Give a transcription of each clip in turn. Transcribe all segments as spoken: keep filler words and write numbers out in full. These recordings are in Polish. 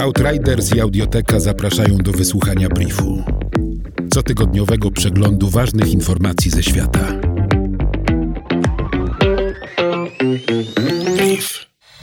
Outriders i Audioteka zapraszają do wysłuchania briefu, cotygodniowego przeglądu ważnych informacji ze świata. Brief.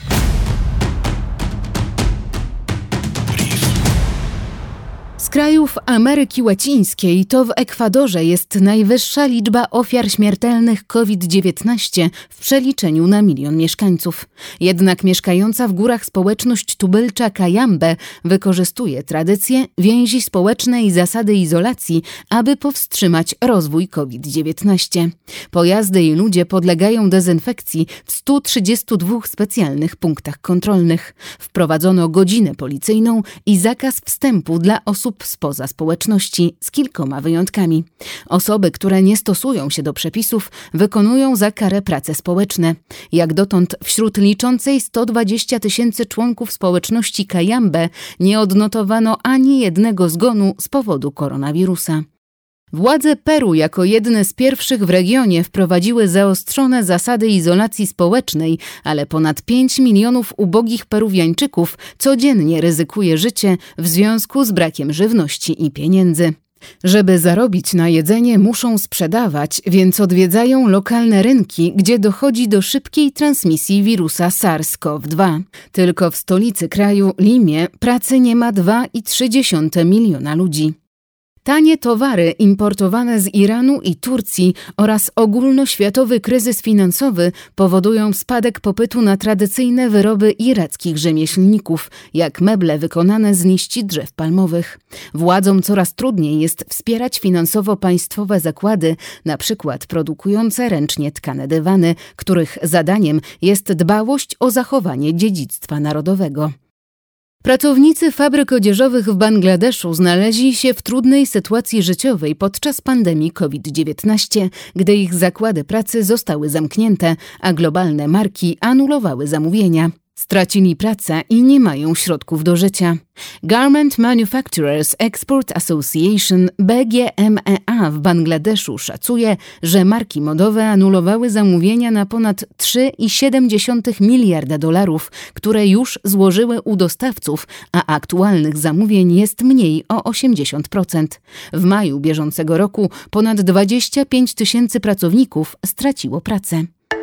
Z krajów Ameryki Łacińskiej to w Ekwadorze jest najwyższa liczba ofiar śmiertelnych COVID dziewiętnaście w przeliczeniu na milion mieszkańców. Jednak mieszkająca w górach społeczność tubylcza Cayambe wykorzystuje tradycje, więzi społeczne i zasady izolacji, aby powstrzymać rozwój COVID dziewiętnaście. Pojazdy i ludzie podlegają dezynfekcji w stu trzydziestu dwóch specjalnych punktach kontrolnych. Wprowadzono godzinę policyjną i zakaz wstępu dla osób spoza społeczności, z kilkoma wyjątkami. Osoby, które nie stosują się do przepisów, wykonują za karę prace społeczne. Jak dotąd wśród liczącej sto dwadzieścia tysięcy członków społeczności Cayambe nie odnotowano ani jednego zgonu z powodu koronawirusa. Władze Peru jako jedne z pierwszych w regionie wprowadziły zaostrzone zasady izolacji społecznej, ale ponad pięć milionów ubogich Peruwiańczyków codziennie ryzykuje życie w związku z brakiem żywności i pieniędzy. Żeby zarobić na jedzenie, muszą sprzedawać, więc odwiedzają lokalne rynki, gdzie dochodzi do szybkiej transmisji wirusa SARS-CoV dwa. Tylko w stolicy kraju, Limie, pracy nie ma dwa i trzy dziesiąte miliona ludzi. Tanie towary importowane z Iranu i Turcji oraz ogólnoświatowy kryzys finansowy powodują spadek popytu na tradycyjne wyroby irackich rzemieślników, jak meble wykonane z liści drzew palmowych. Władzom coraz trudniej jest wspierać finansowo państwowe zakłady, na przykład produkujące ręcznie tkane dywany, których zadaniem jest dbałość o zachowanie dziedzictwa narodowego. Pracownicy fabryk odzieżowych w Bangladeszu znaleźli się w trudnej sytuacji życiowej podczas pandemii COVID dziewiętnaście, gdy ich zakłady pracy zostały zamknięte, a globalne marki anulowały zamówienia. Stracili pracę i nie mają środków do życia. Garment Manufacturers Export Association B G M E A w Bangladeszu szacuje, że marki modowe anulowały zamówienia na ponad trzy i siedem dziesiątych miliarda dolarów, które już złożyły u dostawców, a aktualnych zamówień jest mniej o osiemdziesiąt procent. W maju bieżącego roku ponad dwadzieścia pięć tysięcy pracowników straciło pracę.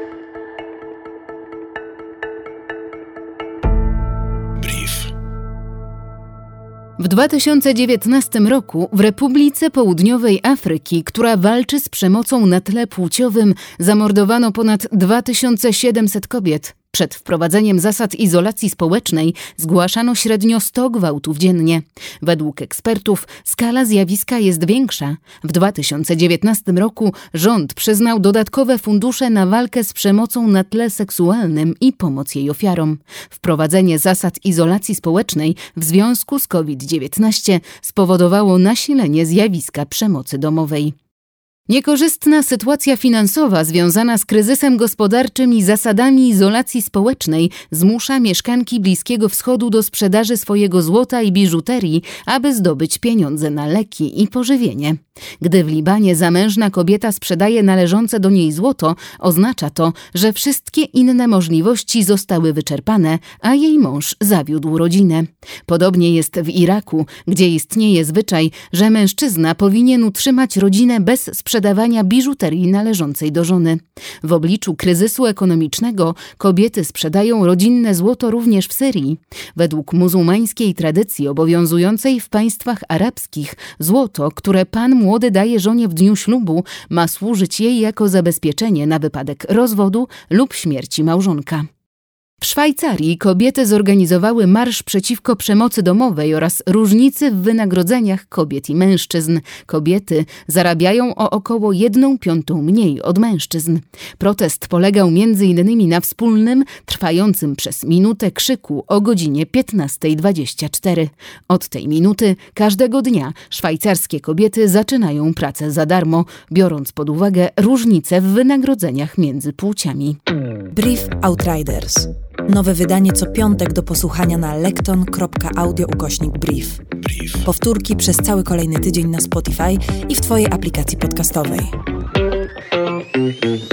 W dwa tysiące dziewiętnastym roku w Republice Południowej Afryki, która walczy z przemocą na tle płciowym, zamordowano ponad dwa tysiące siedemset kobiet. Przed wprowadzeniem zasad izolacji społecznej zgłaszano średnio sto gwałtów dziennie. Według ekspertów skala zjawiska jest większa. W dwa tysiące dziewiętnastym roku rząd przyznał dodatkowe fundusze na walkę z przemocą na tle seksualnym i pomoc jej ofiarom. Wprowadzenie zasad izolacji społecznej w związku z COVID dziewiętnaście spowodowało nasilenie zjawiska przemocy domowej. Niekorzystna sytuacja finansowa związana z kryzysem gospodarczym i zasadami izolacji społecznej zmusza mieszkanki Bliskiego Wschodu do sprzedaży swojego złota i biżuterii, aby zdobyć pieniądze na leki i pożywienie. Gdy w Libanie zamężna kobieta sprzedaje należące do niej złoto, oznacza to, że wszystkie inne możliwości zostały wyczerpane, a jej mąż zawiódł rodzinę. Podobnie jest w Iraku, gdzie istnieje zwyczaj, że mężczyzna powinien utrzymać rodzinę bez sprzedaży sprzedawania biżuterii należącej do żony. W obliczu kryzysu ekonomicznego kobiety sprzedają rodzinne złoto również w Syrii. Według muzułmańskiej tradycji obowiązującej w państwach arabskich, złoto, które pan młody daje żonie w dniu ślubu, ma służyć jej jako zabezpieczenie na wypadek rozwodu lub śmierci małżonka. W Szwajcarii kobiety zorganizowały marsz przeciwko przemocy domowej oraz różnicy w wynagrodzeniach kobiet i mężczyzn. Kobiety zarabiają o około jedną piątą mniej od mężczyzn. Protest polegał między innymi na wspólnym, trwającym przez minutę krzyku o godzinie piętnastej dwadzieścia cztery. Od tej minuty każdego dnia szwajcarskie kobiety zaczynają pracę za darmo, biorąc pod uwagę różnice w wynagrodzeniach między płciami. Brief Outriders. Nowe wydanie co piątek do posłuchania na lekton kropka audio ukośnik brief. brief. Powtórki przez cały kolejny tydzień na Spotify i w Twojej aplikacji podcastowej.